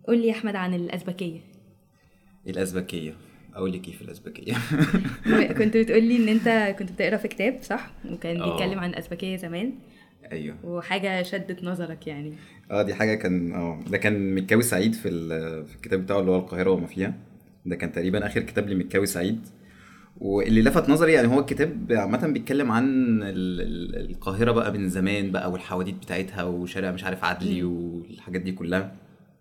قول لي يا احمد عن الازبكيه. الأزبكية. أقول لك كيف الأزبكية. كنت بتقول لي ان انت كنت بتقرا في كتاب، صح؟ وكان بيتكلم اه. عن الازبكيه زمان، أيوه. وحاجه شدت نظرك يعني. اه، دي حاجة كان ده كان مكاوي سعيد في الكتاب بتاعه اللي هو القاهرة وما فيها. ده كان تقريبا آخر كتاب لمكاوي سعيد. واللي لفت نظري يعني هو الكتاب عامة بيتكلم عن القاهرة بقى من زمان بقى، والحواديت بتاعتها وشارع مش عارف عدلي امم. والحاجات دي كلها.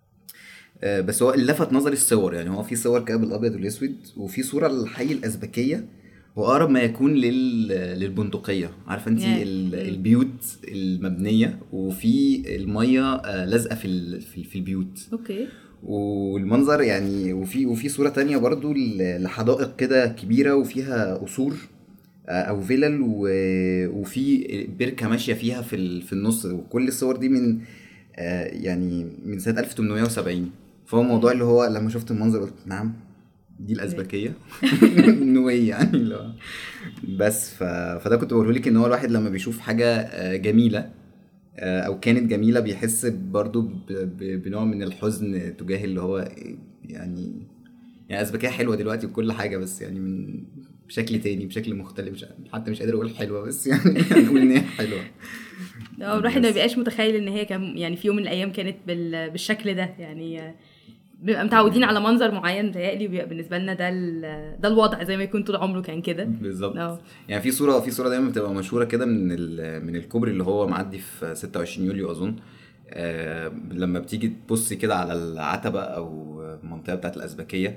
بس هو اللي لفت نظري الصور، يعني هو في صور كده بالابيض والاسود، وفي صوره للحي الازبكيه. هو اقرب ما يكون للبندقيه، عارفه انت يا البيوت المبنيه وفي الميه لازقه في البيوت. اوكي. والمنظر يعني، وفي صوره تانية برضو لحدائق كده كبيره وفيها قصور او فيلل وفي بركه ماشيه فيها في النص. وكل الصور دي من يعني من سنه 1870. فهو الموضوع امم. اللي هو لما شفت المنظر قلت نعم، دي الازبكيه. نوي يعني اللي هو بس فده كنت بقوله لك ان هو الواحد لما بيشوف حاجه جميله او كانت جميله بيحس برضو بنوع من الحزن تجاه اللي هو يعني ازبكيه حلوه دلوقتي وكل حاجه، بس يعني من بشكل تاني، بشكل مختلف، حتى مش قادر اقول حلوه، بس يعني هنقول ان هي حلوه. الواحد ما بس بيبقاش متخيل ان هي كان يعني في يوم من الايام كانت بالشكل ده يعني. بنبقى متعودين على منظر معين، متهيألي بيبقى بالنسبه لنا ده الوضع زي ما يكون طول عمره كان كده. بالظبط. اه. يعني في صوره دايما بتبقى مشهوره كده من الكوبري اللي هو معدي في 26 يوليو اظن. لما بتيجي تبصي كده على العتبه او المنطقه بتاعت الازبكيه،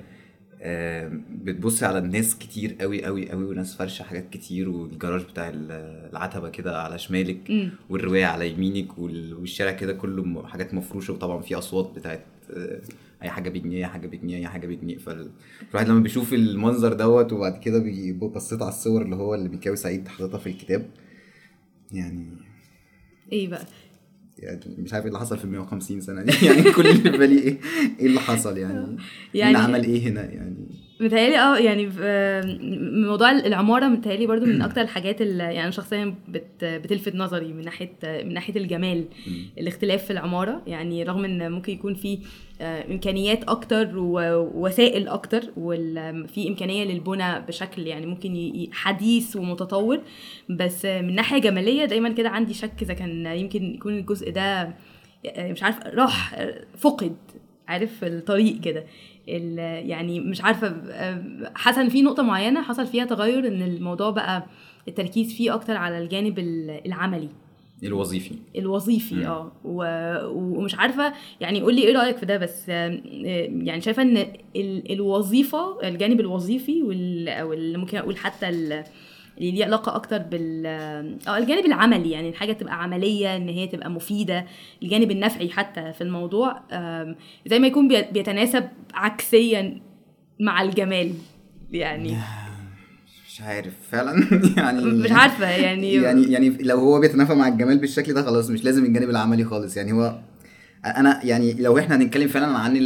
بتبصي على الناس كتير قوي قوي قوي، وناس فرشه حاجات كتير، والجراج بتاع العتبه كده على شمالك، امم. والروايه على يمينك، والشارع كده كله حاجات مفروشه، وطبعا في اصوات بتاعت اي حاجه بجنيه، اي حاجه بجنيه، اي حاجه بجنيه. فالواحد لما بيشوف المنظر دوت، وبعد كده بصيت على الصور اللي هو اللي بيكاوي سعيد حاططها في الكتاب، يعني ايه بقى؟ يعني مش عارف ايه اللي حصل في ال 150 سنه دي. يعني كل اللي في بالي ايه اللي حصل يعني. مين يعني عمل ايه هنا يعني. متهيألي يعني موضوع العمارة متهيألي برضو من أكتر الحاجات اللي يعني أنا شخصيا بتلفت نظري من ناحية الجمال. الاختلاف في العمارة، يعني رغم إن ممكن يكون في إمكانيات أكتر ووسائل أكتر، وفي إمكانية للبنى بشكل يعني ممكن حديث ومتطور، بس من ناحية جمالية دايما كده عندي شك إذا كان يمكن يكون الجزء ده مش عارف راح فقد، عارف الطريق كده. يعني مش عارفة، حاسة ان في نقطة معينة حصل فيها تغير، ان الموضوع بقى التركيز فيه اكتر على الجانب العملي الوظيفي. الوظيفي. مم. ومش عارفة يعني، قولي ايه رأيك في ده. بس يعني شايفة ان الوظيفة، الجانب الوظيفي او اللي ممكن اقول حتى اللي ليه علاقة أكتر الجانب العملي، يعني الحاجة تبقى عملية، إن هي تبقى مفيدة، الجانب النفعي حتى في الموضوع، زي ما يكون بيتناسب عكسيا مع الجمال يعني. مش عارف فعلا. مش يعني عارفة يعني. يعني لو هو بيتنافى مع الجمال بالشكل ده خلاص مش لازم الجانب العملي خالص. يعني هو انا يعني لو احنا هنتكلم فعلا عن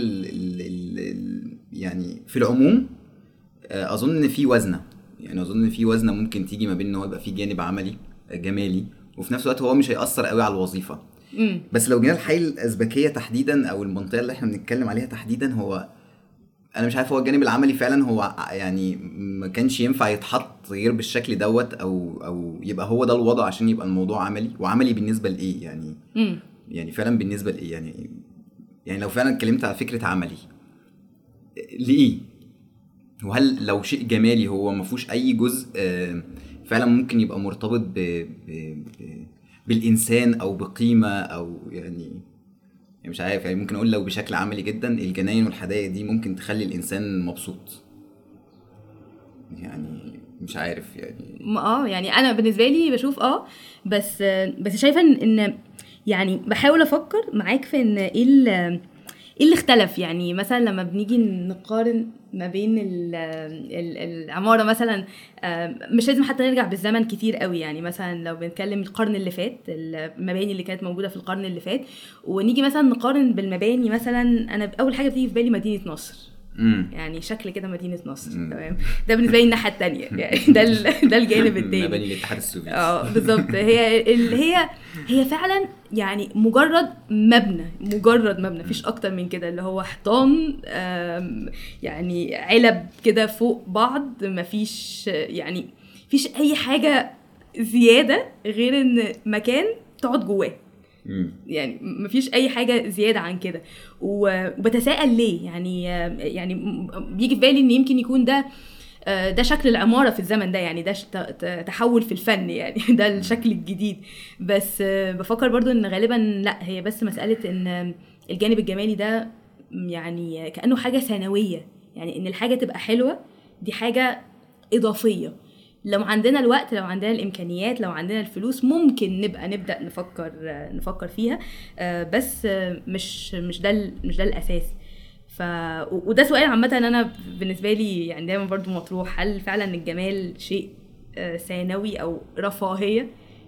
يعني في العموم، اظن ان في وزنه. يعني اظن ان في وزنه ممكن تيجي ما بين ان هو يبقى في جانب عملي جمالي، وفي نفس الوقت هو مش هيأثر قوي على الوظيفه. امم. بس لو جينا الحي الازبكيه تحديدا او المنطقه اللي احنا بنتكلم عليها تحديدا، هو انا مش عارف هو الجانب العملي فعلا هو يعني ما كانش ينفع يتحط غير بالشكل دوت، او يبقى هو ده الوضع عشان يبقى الموضوع عملي. وعملي بالنسبه لايه يعني؟ امم. يعني فعلا بالنسبه لايه يعني لو فعلا اتكلمت على فكره عملي لايه؟ وهل لو شيء جمالي هو ما فيهوش اي جزء فعلا ممكن يبقى مرتبط بالانسان او بقيمه او يعني مش عارف. يعني ممكن اقول لو بشكل عملي جدا الجناين والحدائق دي ممكن تخلي الانسان مبسوط. يعني مش عارف يعني. يعني انا بالنسبه لي بشوف بس شايفه ان يعني بحاول افكر معاك في ان ايه اللي اختلف. يعني مثلا لما بنيجي نقارن ما بين العمارة مثلا، مش لازم حتى نرجع بالزمن كتير قوي. يعني مثلا لو بنتكلم القرن اللي فات، المباني اللي كانت موجودة في القرن اللي فات، ونيجي مثلا نقارن بالمباني، مثلا انا اول حاجة بتيجي في بالي مدينة نصر. يعني شكل كده مدينه نصر. تمام، ده بالنسبه لي الناحيه الثانيه يعني ده الجانب الثاني، مباني الاتحاد السوفيتي. بالظبط. هي فعلا يعني مجرد مبنى مفيش اكتر من كده، اللي هو حيطان يعني علب كده فوق بعض، مفيش يعني مفيش اي حاجه زياده غير ان مكان تقعد جواه. يعني مفيش اي حاجه زياده عن كده. وبتساءل ليه، يعني بيجي في بالي ان يمكن يكون ده شكل العماره في الزمن ده، يعني ده تحول في الفن يعني ده الشكل الجديد. بس بفكر برضو ان غالبا لا، هي بس مساله ان الجانب الجمالي ده يعني كانه حاجه ثانويه، يعني ان الحاجه تبقى حلوه دي حاجه اضافيه. لو عندنا الوقت، لو عندنا الامكانيات، لو عندنا الفلوس، ممكن نبدا نفكر فيها، بس مش ده الاساس. وده سؤال عامه انا بالنسبه لي يعني دايما برضو مطروح، هل فعلا الجمال شيء ثانوي او رفاهيه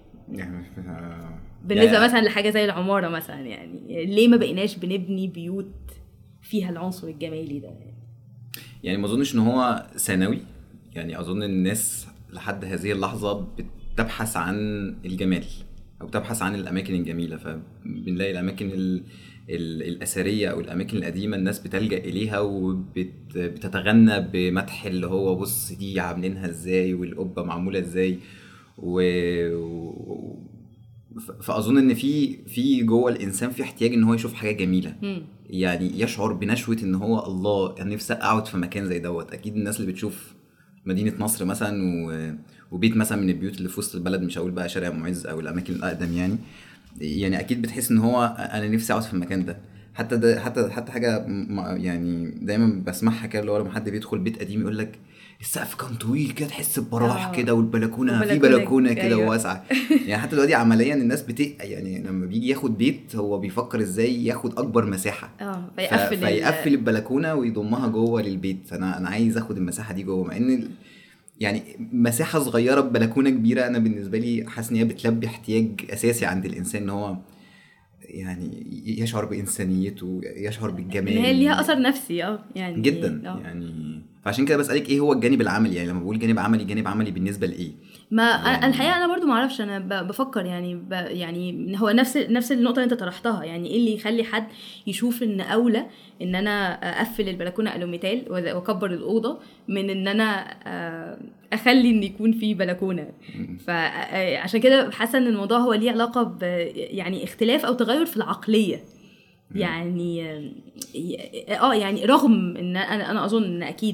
بالنسبه مثلا لحاجه زي العماره مثلا؟ يعني ليه ما بقيناش بنبني بيوت فيها العنصر الجمالي ده؟ يعني ما اظنش ان هو ثانوي، يعني اظن الناس لحد هذه اللحظه بتبحث عن الجمال او بتبحث عن الاماكن الجميله، فبنلاقي الاماكن الاثريه او الاماكن القديمه الناس بتلجأ اليها وبتتغنى بمدح اللي هو بص دي عاملينها ازاي والقبه معموله ازاي فاظن ان في جوه الانسان في احتياج ان هو يشوف حاجه جميله، يعني يشعر بنشوه ان هو الله انا نفسي اقعد في مكان زي دوت. اكيد الناس اللي بتشوف مدينه نصر مثلا وبيت مثلا من البيوت اللي في وسط البلد، مش هقول بقى شارع معز او الاماكن الاقدم، يعني اكيد بتحس ان هو انا نفسي اقعد في المكان ده. حتى ده حتى حاجه يعني دايما بسمعها كده، اللي هو لما حد بيدخل بيت قديم يقول لك السقف كان طويل كده تحس ببراح كده، والبلكونه في بلكونه كده أيوة. واسعه. يعني حتى دلوقتي عمليا الناس يعني لما بيجي ياخد بيت هو بيفكر ازاي ياخد اكبر مساحه، فيقفل البلكونه ويضمها جوه للبيت. انا عايز اخد المساحه دي جوه، مع ان يعني مساحه صغيره ببلكونه كبيره انا بالنسبه لي حاسس ان هي بتلبي احتياج اساسي عند الانسان، ان هو يعني يشعر بانسانيته، يشعر بالجمال، ان هي ليها اثر نفسي يعني جدا يعني. فعشان كده بسالك ايه هو الجانب العملي، يعني لما بقول جانب عملي بالنسبه لايه؟ ما يعني الحقيقه انا برضو ما اعرفش، انا بفكر يعني هو نفس النقطه اللي انت طرحتها. يعني ايه اللي يخلي حد يشوف ان اولى ان انا اقفل البلكونه الوميتال واكبر الاوضه من ان انا اخلي ان يكون في بلكونه؟ فعشان كده حاسه ان الموضوع هو ليه علاقه يعني اختلاف او تغير في العقليه. يعني يعني رغم ان انا اظن ان اكيد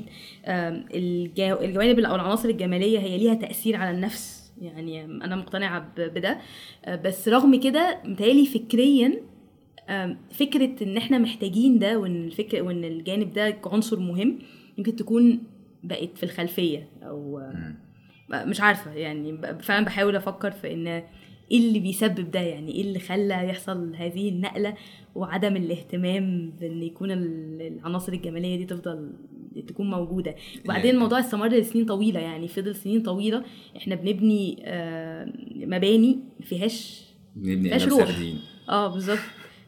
الجوانب او العناصر الجماليه هي ليها تاثير على النفس، يعني انا مقتنعه بده، بس رغم كده متهيألي فكريا فكره ان احنا محتاجين ده، وان الجانب ده عنصر مهم يمكن تكون بقت في الخلفيه، او مش عارفه. يعني فعلا بحاول افكر في ان ايه اللي بيسبب ده، يعني ايه اللي خلى يحصل هذه النقله وعدم الاهتمام بان يكون العناصر الجماليه دي تكون موجوده. وبعدين الموضوع استمر لسنين طويله، يعني فضل سنين طويله احنا بنبني مباني فيهاش روح. بالظبط.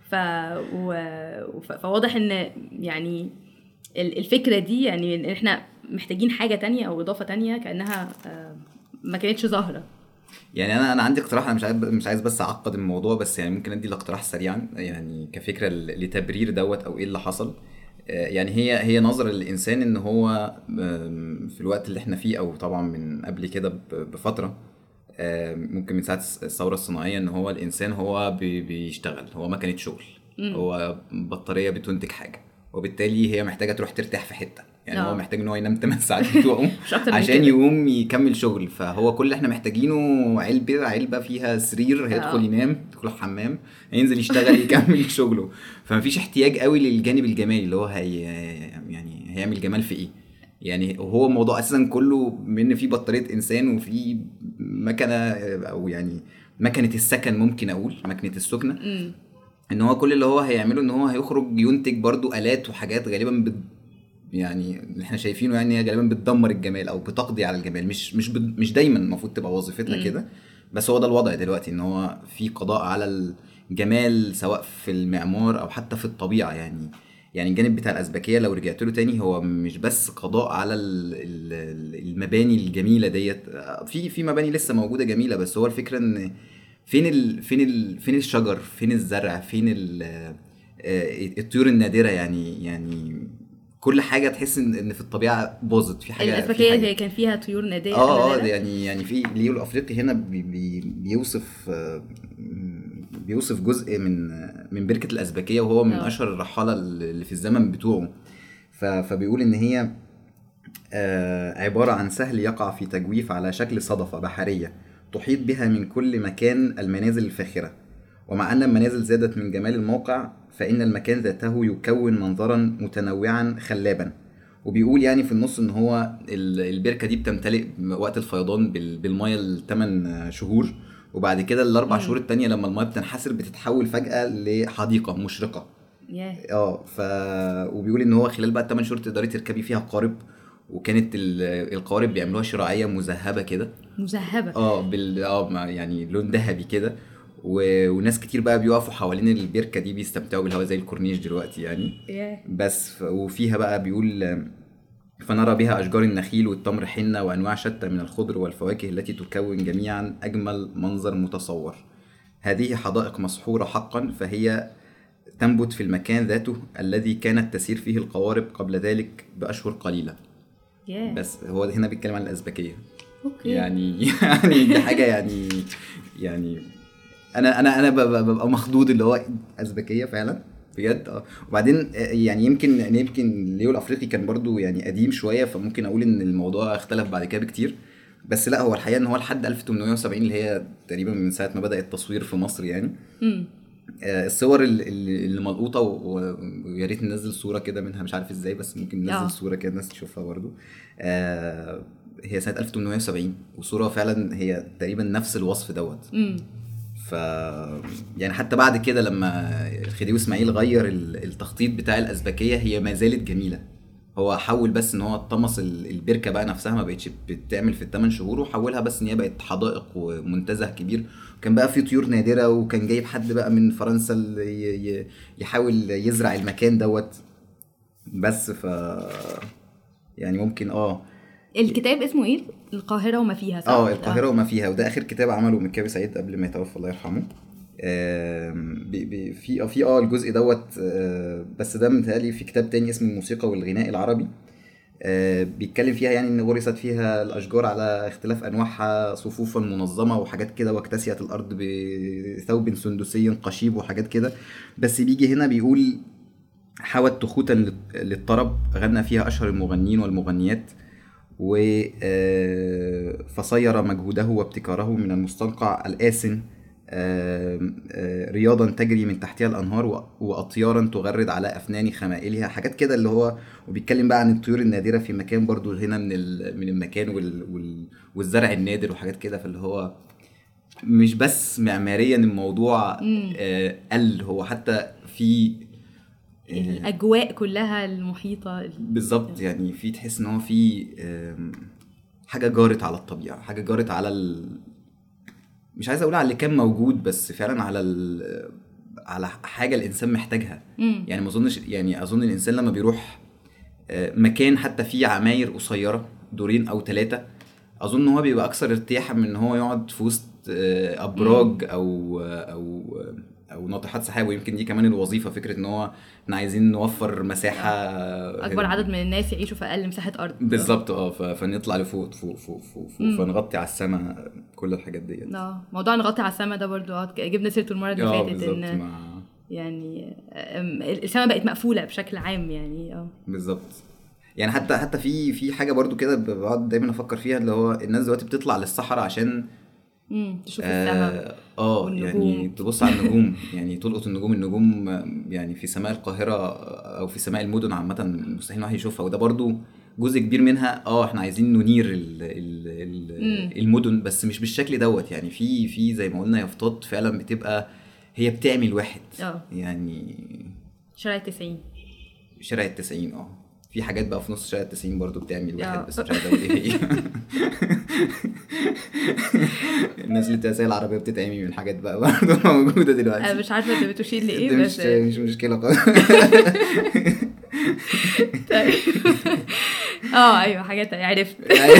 فواضح ان يعني الفكره دي، يعني ان احنا محتاجين حاجه تانية او اضافه تانية كانها ما كانتش ظاهره. يعني انا عندي اقتراح، انا مش عايز بس اعقد الموضوع، بس يعني ممكن ادي الاقتراح سريعا يعني كفكره لتبرير دوت او ايه اللي حصل. يعني هي نظره للانسان ان هو في الوقت اللي احنا فيه، او طبعا من قبل كده بفتره، ممكن من ساعه الثوره الصناعيه، ان هو الانسان هو بيشتغل، هو ما كانت شغل، هو بطاريه بتنتج حاجه، وبالتالي هي محتاجه تروح ترتاح في حته. يعني هو محتاج ان هو ينام 8 ساعات بتوعه عشان يقوم يكمل شغل. فهو كل اللي احنا محتاجينه علبه فيها سرير، هيدخل ينام، يدخل الحمام، ينزل يشتغل يكمل شغله. فمفيش احتياج قوي للجانب الجمالي اللي هو يعني هيعمل جمال في ايه. يعني هو الموضوع اساسا كله من في بطاريه انسان وفي مكنه، او يعني مكنه السكن، ممكن اقول مكنه السكنه، ان هو كل اللي هو هيعمله ان هو هيخرج ينتج برضو آلات وحاجات غالبا يعني اللي احنا شايفينه، يعني هي غالبا بتدمر الجمال او بتقضي على الجمال. مش دايما المفروض تبقى وظيفتها كده، بس هو ده الوضع دلوقتي، ان هو في قضاء على الجمال سواء في المعمار او حتى في الطبيعة. يعني يعني الجانب بتاع الأزبكية لو رجعت له تاني هو مش بس قضاء على المباني الجميلة ديت. في مباني لسه موجودة جميلة، بس هو الفكرة ان فين الشجر، فين الزرع، فين الطيور النادرة، يعني كل حاجة تحس ان في الطبيعة باظت في حاجة. الأسبكية هي كان فيها طيور نادرة. يعني في ليو الافريقي هنا بيوصف جزء من بركة الأزبكية، وهو من أشهر الرحالة اللي في الزمن بتوعه. فبيقول إن هي عبارة عن سهل يقع في تجويف على شكل صدفة بحرية تحيط بها من كل مكان المنازل الفاخرة. ومع أن المنازل زادت من جمال الموقع، فإن المكان ذاته يكون منظرا متنوعا خلابا. وبيقول يعني في النص ان هو البركة دي بتمتلئ وقت الفيضان بالمية 8 شهور، وبعد كده الاربع شهور التانية لما المية بتنحسر بتتحول فجأة لحديقة مشرقة. وبيقول ان هو خلال بقى 8 شهور تقدري تركبي فيها قارب، وكانت القوارب بيعملوها شراعية مذهبة كده، يعني لون ذهبي كده. وناس كتير بقى بيقفوا حوالين البركة دي بيستمتعوا بالهواء زي الكورنيش دلوقتي يعني. بس وفيها بقى بيقول فنرى بها أشجار النخيل والتمر حنة وأنواع شتى من الخضر والفواكه التي تكون جميعا أجمل منظر متصور. هذه حدائق مسحورة حقا، فهي تنبت في المكان ذاته الذي كانت تسير فيه القوارب قبل ذلك بأشهر قليلة. بس هو هنا بيتكلم عن الأزبكية. يعني دي حاجة يعني انا ببقى مخضوض اللي هو أزبكية فعلا بجد. وبعدين يعني يمكن ليو الافريقي كان برضو يعني قديم شويه، فممكن اقول ان الموضوع اختلف بعد كده بكتير. بس لا، هو الحقيقه ان هو لحد 1870 اللي هي تقريبا من ساعه ما بدا التصوير في مصر يعني. الصور اللي ملقوطه، ويا ريت ننزل صوره كده منها، مش عارف ازاي بس ممكن ننزل صوره كده الناس تشوفها برضو. هي سنه 1870، وصوره فعلا هي تقريبا نفس الوصف دوت. يعني حتى بعد كده لما خديوي اسماعيل غير التخطيط بتاع الأزبكية هي ما زالت جميلة. هو حول بس ان هو طمس البركة بقى نفسها، ما بقتش بتعمل في 8 شهور، وحولها بس ان هي بقت حدائق ومنتزه كبير. كان بقى في طيور نادرة، وكان جايب حد بقى من فرنسا يحاول يزرع المكان دوت. بس يعني ممكن الكتاب اسمه ايه؟ القاهرة وما فيها، صح؟ القاهرة وما فيها، وده اخر كتاب عمله مكاوي سعيد قبل ما يتوفى الله يرحمه. في الجزء دوت. بس ده متهيألي في كتاب تاني اسمه الموسيقى والغناء العربي. بيتكلم فيها يعني ان غرست فيها الاشجار على اختلاف انواعها صفوفا منظمه وحاجات كده، واكتسيت الارض بثوب سندسي قشيب وحاجات كده. بس بيجي هنا بيقول حوت تخوتا للطرب غنى فيها اشهر المغنيين والمغنيات، فصير مجهوده وابتكاره من المستنقع الآسن رياضا تجري من تحتها الأنهار، وأطيارا تغرد على أفنان خمائلها، حاجات كده اللي هو. وبيتكلم بقى عن الطيور النادرة في مكان برضو هنا من المكان والزرع النادر وحاجات كده. فاللي هو مش بس معماريا الموضوع هو حتى في الأجواء كلها المحيطة بالظبط. يعني في تحس ان هو في حاجة جارت على الطبيعة، حاجة جارت على مش عايز اقول على اللي كان موجود، بس فعلا على حاجة الانسان محتاجها. يعني ما اظنش، يعني اظن الانسان لما بيروح مكان حتى فيه عماير قصيرة 2 أو 3، اظن هو بيبقى اكثر ارتياحا من ان هو يقعد في وسط ابراج او ناطحات سحاب. ويمكن دي كمان الوظيفه، فكره ان هو احنا عايزين نوفر مساحه اكبر عدد من الناس يعيشوا في اقل مساحه ارض. بالظبط. فنطلع لفوق فنغطي على السماء كل الحاجات دي. موضوع نغطي على السماء ده برضو جبنا سيرته المره اللي فاتت، ان يعني السماء بقت مقفوله بشكل عام يعني. بالظبط. يعني حتى في حاجه برضو كده بقعد دايما افكر فيها، اللي هو الناس دلوقتي بتطلع للصحراء عشان تشوف السماء يعني تبص على النجوم، يعني تلقط النجوم يعني في سماء القاهره او في سماء المدن عامه مستحيل واحد يشوفها. وده برضو جزء كبير منها. احنا عايزين ننير المدن، بس مش بالشكل دوت. يعني في زي ما قلنا يافطات فعلا بتبقى هي بتعمل واحد. يعني شارع التسعين في حاجات بقى في نص شارع التسعين برضو بتعمل واحد، بس مش عارف ايه هي. الناس اللي بتسال العربيه بتتعمي من حاجات بقى برضو موجوده دلوقتي. انا مش عارفه انت بتشير لايه، بس مش مشكله خالص. ايوه حاجات عرفت.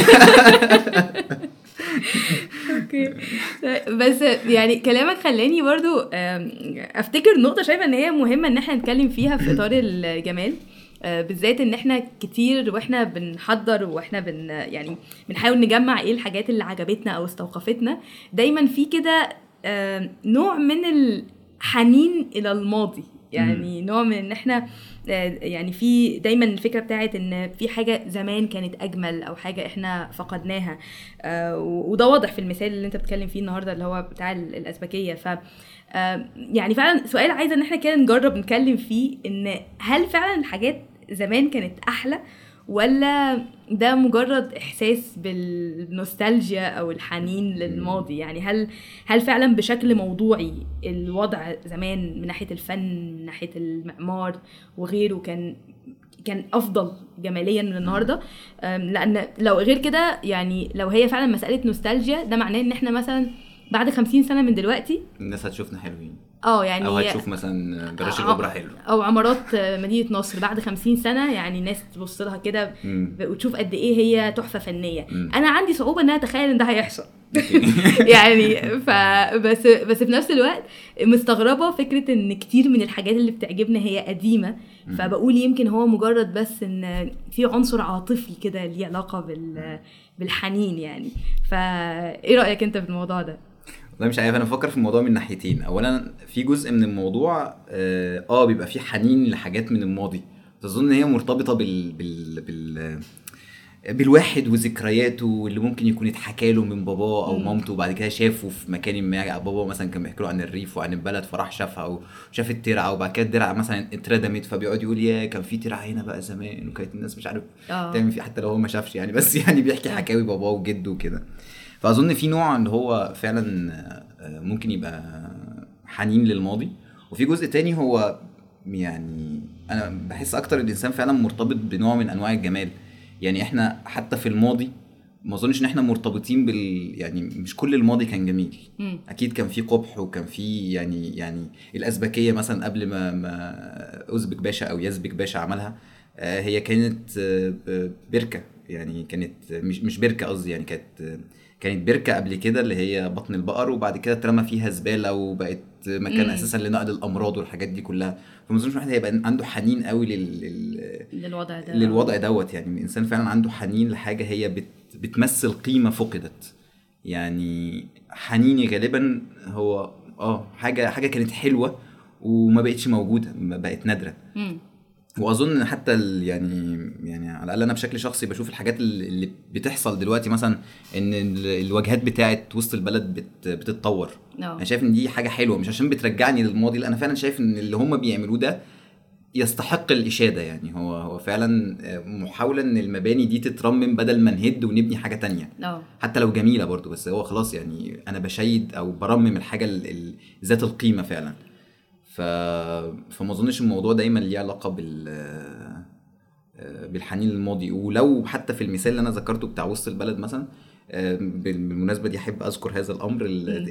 اوكي. بس يعني كلامك خلاني برضو افتكر نقطة شايفة ان هي مهمة ان احنا نتكلم فيها في اطار الجمال، بالذات ان احنا كتير واحنا بنحضر واحنا يعني بنحاول نجمع ايه الحاجات اللي عجبتنا او استوقفتنا، دايما في كده نوع من الحنين الى الماضي، يعني نوع من ان احنا يعني في دايما الفكرة بتاعت ان في حاجة زمان كانت اجمل او حاجة احنا فقدناها، وده واضح في المثال اللي انت بتكلم فيه النهاردة اللي هو بتاع الأسبكية. يعني فعلا سؤال عايزة ان احنا كده نجرب نتكلم فيه، ان هل فعلا الحاجات زمان كانت احلى ولا ده مجرد احساس بالنوستالجيا او الحنين للماضي؟ يعني هل فعلا بشكل موضوعي الوضع زمان من ناحية الفن من ناحية المعمار وغيره كان افضل جماليا من النهارده؟ لان لو غير كده يعني لو هي فعلا مسألة نوستالجيا، ده معناه ان احنا مثلا بعد 50 سنة من دلوقتي الناس هتشوفنا حلوين، يعني او هتشوف مثلا جراج الاوبرا حلو او عمارات مدينة نصر بعد 50 سنة، يعني الناس تبص لها كده وتشوف قد ايه هي تحفة فنية. انا عندي صعوبة انها اتخيل ان ده هيحصل. يعني بس في نفس الوقت مستغربة فكرة ان كتير من الحاجات اللي بتعجبنا هي قديمة، فبقول يمكن هو مجرد بس ان في عنصر عاطفي كده ليه علاقة بالحنين يعني. فايه رأيك انت في الموضوع ده؟ والله مش عارف، انا بفكر في الموضوع من ناحيتين. اولا في جزء من الموضوع بيبقى فيه حنين لحاجات من الماضي، تظن ان هي مرتبطه بالواحد وذكرياته واللي ممكن يكون اتحكى له من باباه او مامته، وبعد كده شافه في مكان ما. بابا مثلا كان بيحكي له عن الريف وعن البلد، فراح شافها او شاف الترعه، وبعد كده الترعه مثلا اتردمت، فبيقعد يقول يا كان في ترعه هنا بقى زمان وكانت الناس مش عارف تعمل فيه، حتى لو هو ما شافش يعني، بس يعني بيحكي حكاوي باباه وجده وكده. فاظن في نوع اللي هو فعلا ممكن يبقى حنين للماضي، وفي جزء تاني هو يعني انا بحس اكتر الانسان فعلا مرتبط بنوع من انواع الجمال. يعني احنا حتى في الماضي ما اظنش ان احنا مرتبطين يعني مش كل الماضي كان جميل. اكيد كان في قبح، وكان في يعني الازبكيه مثلا قبل ما اوزبك باشا او يزبك باشا عملها، هي كانت بركه، يعني كانت مش بركه قصدي، يعني كانت بركه قبل كده اللي هي بطن البقر، وبعد كده اترمى فيها زباله وبقت مكان اساسا لنقل الامراض والحاجات دي كلها. فما اظنش واحد هيبقى عنده حنين قوي للوضع دوت. يعني الانسان فعلا عنده حنين لحاجه هي بتمثل قيمه فقدت. يعني حنيني غالبا هو حاجه كانت حلوه وما بقتش موجوده، بقت نادره. واظن حتى يعني على الاقل انا بشكل شخصي بشوف الحاجات اللي بتحصل دلوقتي، مثلا ان الواجهات بتاعت وسط البلد بتتطور. انا شايف ان دي حاجه حلوه، مش عشان بترجعني للماضي، لا انا فعلا شايف ان اللي هم بيعملوه ده يستحق الاشاده. يعني هو فعلا محاولة ان المباني دي تترمم بدل ما نهد ونبني حاجه تانية حتى لو جميله برضو، بس هو خلاص يعني انا بشيد او برمم الحاجه ذات القيمه فعلا. فما اظنش الموضوع دايما ليه علاقه بالحنين للماضي. ولو حتى في المثال اللي انا ذكرته بتاع وسط البلد مثلا، بالمناسبه دي احب اذكر هذا الامر،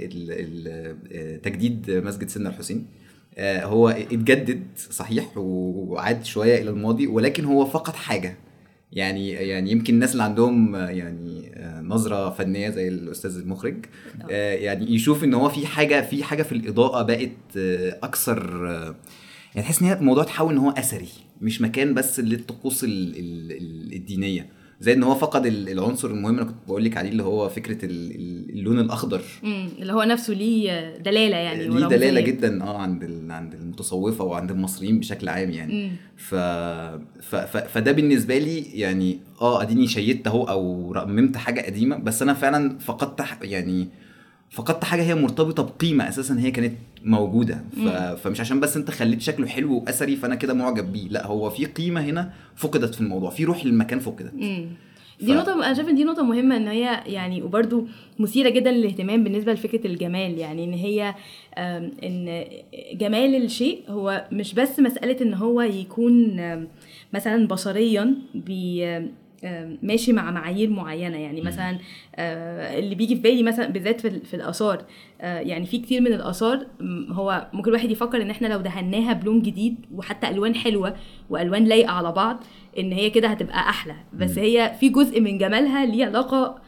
تجديد مسجد سيدنا الحسين. هو اتجدد صحيح وعاد شويه الى الماضي، ولكن هو فقط حاجه. يعني يمكن الناس اللي عندهم يعني نظرة فنية زي الأستاذ المخرج يعني يشوف إن هو في حاجة في الإضاءة بقت أكثر، يعني تحس إن الموضوع تحول إن هو أثري، مش مكان بس للطقوس الدينية. زي إن هو فقد العنصر المهم اللي كنت بقولك عليه، اللي هو فكرة اللون الأخضر، اللي هو نفسه ليه دلالة، يعني ليه دلالة جدا عند المتصوفة وعند المصريين بشكل عام يعني. فده بالنسبة لي يعني اديني شيدت اهو او رممت حاجة قديمة، بس انا فعلا فقدت حاجة هي مرتبطة بقيمة اساسا هي كانت موجودة. فمش عشان بس انت خليت شكله حلو واثري فانا كده معجب بيه، لا هو في قيمة هنا فقدت في الموضوع، في روح للمكان فقدت. دي نقطة أنا شايف إن دي نقطة مهمة، إن هي يعني وبرضو مثيرة جدا للاهتمام بالنسبة لفكرة الجمال. يعني إن هي إن جمال الشيء هو مش بس مسألة إن هو يكون مثلا بصريا ماشي مع معايير معينه. يعني مثلا اللي بيجي في بالي مثلا بالذات في الاثار، يعني في كتير من الاثار هو ممكن الواحد يفكر ان احنا لو دهناها بلون جديد وحتى الوان حلوه والوان لايقه على بعض ان هي كده هتبقى احلى، بس هي في جزء من جمالها ليه علاقه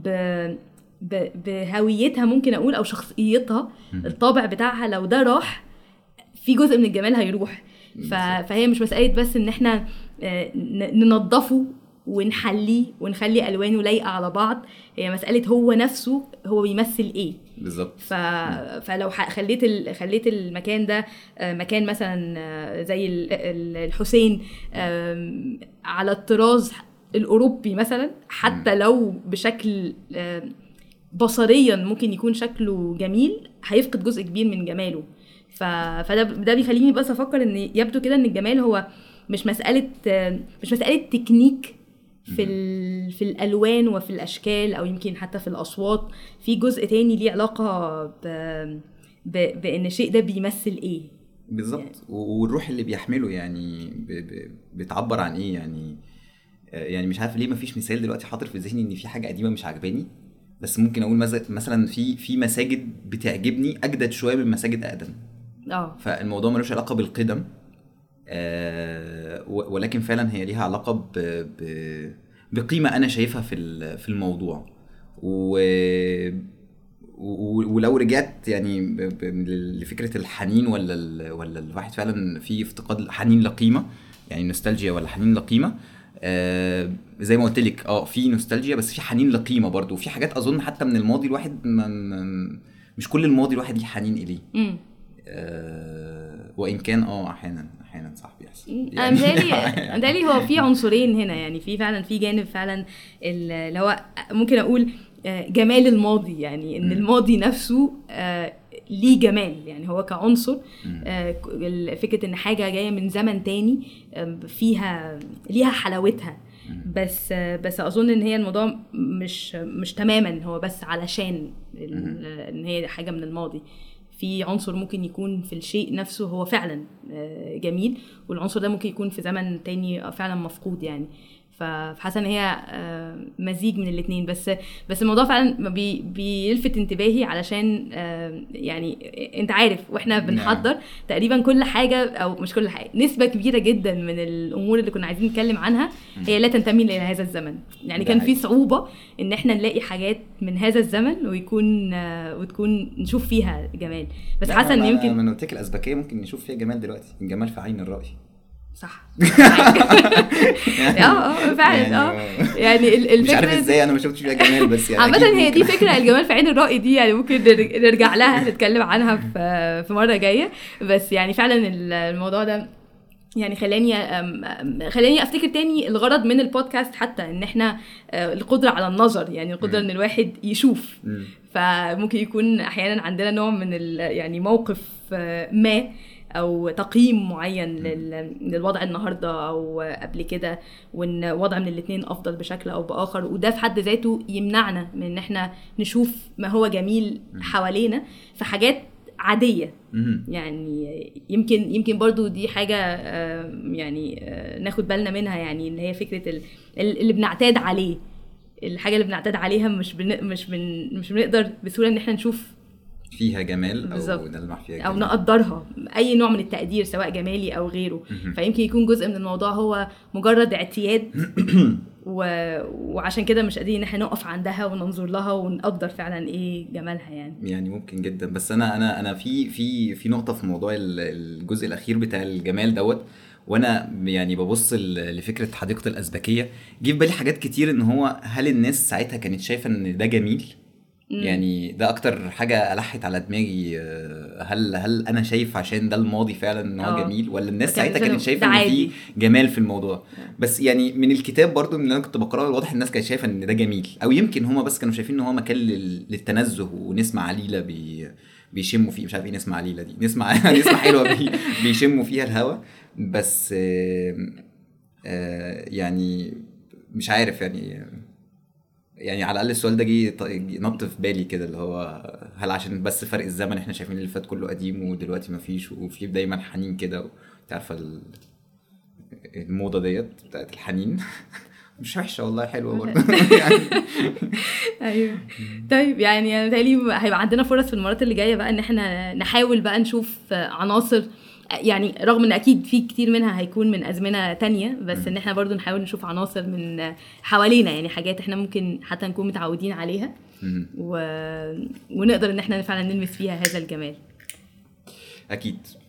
بهويتها ممكن اقول او شخصيتها، الطابع بتاعها لو ده راح في جزء من الجمال هيروح. فهي مش مساله بس ان احنا ننظفه ونحليه ونخلي الوانه لايقه على بعض، هي مساله هو نفسه هو بيمثل ايه بالظبط. فلو خليت المكان ده مكان مثلا زي الحسين على الطراز الاوروبي مثلا، حتى لو بشكل بصريا ممكن يكون شكله جميل هيفقد جزء كبير من جماله. فده بيخليني بس افكر ان يبدو كده ان الجمال هو مش مساله تكنيك في الالوان وفي الاشكال او يمكن حتى في الاصوات، في جزء تاني ليه علاقه بان الشيء ده بيمثل ايه بالظبط يعني. والروح اللي بيحمله يعني بتعبر عن ايه يعني مش عارف ليه مفيش مثال دلوقتي حاضر في ذهني ان في حاجه قديمه مش عاجباني، بس ممكن اقول مثلا في مساجد بتعجبني اجدد شويه من مساجد اقدم. فالموضوع ملوش علاقه بالقدم، ولكن فعلا هي ليها علاقه بقيمه انا شايفها في الموضوع. ولو رجعت يعني لفكره الحنين ولا الواحد فعلا في افتقاد حنين لقيمه، يعني نوستالجيا ولا حنين لقيمه، زي ما قلت لك في نوستالجيا بس في حنين لقيمه برضو، وفي حاجات اظن حتى من الماضي الواحد مش كل الماضي الواحد ليه حنين اليه. وان كان احيانا صح بيحصل يعني هو في عنصرين هنا، يعني في فعلا في جانب فعلا اللي هو ممكن اقول جمال الماضي، يعني ان الماضي نفسه ليه جمال، يعني هو كعنصر فكرة ان حاجة جاية من زمن تاني ليها حلاوتها، بس اظن ان هي الموضوع مش تماما هو بس علشان ان هي حاجة من الماضي. في عنصر ممكن يكون في الشيء نفسه هو فعلا جميل، والعنصر ده ممكن يكون في زمن تاني فعلا مفقود يعني. فحاسه ان هي مزيج من الاثنين، بس الموضوع فعلا بيلفت انتباهي علشان يعني انت عارف واحنا بنحضر تقريبا كل حاجه او مش كل حاجه، نسبه كبيره جدا من الامور اللي كنا عايزين نتكلم عنها هي لا تنتمي الى هذا الزمن. يعني كان في صعوبه ان احنا نلاقي حاجات من هذا الزمن وتكون نشوف فيها جمال، بس حاسه ان يمكن من قلت لك الازبكيه ممكن نشوف فيها جمال دلوقتي، الجمال في عين الرأي. صح فعلا يعني الفكره مش عارف ازاي انا ما شفتش فيها جمال، بس يعني عامه هي دي فكره الجمال في عين الرأي دي، يعني ممكن نرجع لها نتكلم عنها في مره جايه. بس يعني فعلا الموضوع ده يعني خلاني افتكر تاني الغرض من البودكاست، حتى ان احنا القدره على النظر، يعني القدره ان الواحد يشوف. فممكن يكون احيانا عندنا نوع من يعني موقف ما او تقييم معين للوضع النهارده او قبل كده، وان وضع من الاثنين افضل بشكل او باخر، وده في حد ذاته يمنعنا من ان احنا نشوف ما هو جميل حوالينا في حاجات عاديه. يعني يمكن برضو دي حاجه يعني ناخد بالنا منها، يعني اللي هي فكره اللي بنعتاد عليه، الحاجه اللي بنعتاد عليها مش بنقدر بسهوله ان احنا نشوف فيها جمال او نلمح فيها جمال او نقدرها اي نوع من التقدير سواء جمالي او غيره. فيمكن يكون جزء من الموضوع هو مجرد اعتياد وعشان كده مش قادرين ان احنا نقف عندها وننظر لها ونقدر فعلا ايه جمالها يعني ممكن جدا. بس انا في نقطه في موضوع الجزء الاخير بتاع الجمال دوت، وانا يعني ببص لفكره حديقه الازبكيه، جه في بالي حاجات كتير ان هو هل الناس ساعتها كانت شايفه ان ده جميل؟ يعني ده اكتر حاجه الحت على دماغي. هل انا شايف عشان ده الماضي فعلا ان هو جميل، ولا الناس ساعتها كانت شايفه ان في جمال في الموضوع؟ بس يعني من الكتاب برضو اللي انا كنت بقراه الواضح الناس كانت شايفه ان ده جميل، او يمكن هما بس كانوا شايفين ان هو مكان للتنزه، ونسمع عليله بيشموا فيه، مش عارف ايه نسمع عليله دي، نسمع حلوه بيشموا فيها الهوا. بس يعني مش عارف يعني على الاقل السؤال ده جه نط في بالي كده، اللي هو هل عشان بس فرق الزمن احنا شايفين اللي فات كله قديم ودلوقتي مفيش، وفي دايما حنين كده، انت عارفه الموضه ديت بتاعت الحنين مش وحشه والله، حلوه برضه يعني. ايوه. طيب يعني انا متهيألي هيبقى عندنا فرص في المرات اللي جايه بقى ان احنا نحاول بقى نشوف عناصر، يعني رغم ان اكيد في كتير منها هيكون من ازمنه تانية، بس ان احنا برضو نحاول نشوف عناصر من حوالينا، يعني حاجات احنا ممكن حتى نكون متعودين عليها ونقدر ان احنا فعلا نلمس فيها هذا الجمال. اكيد.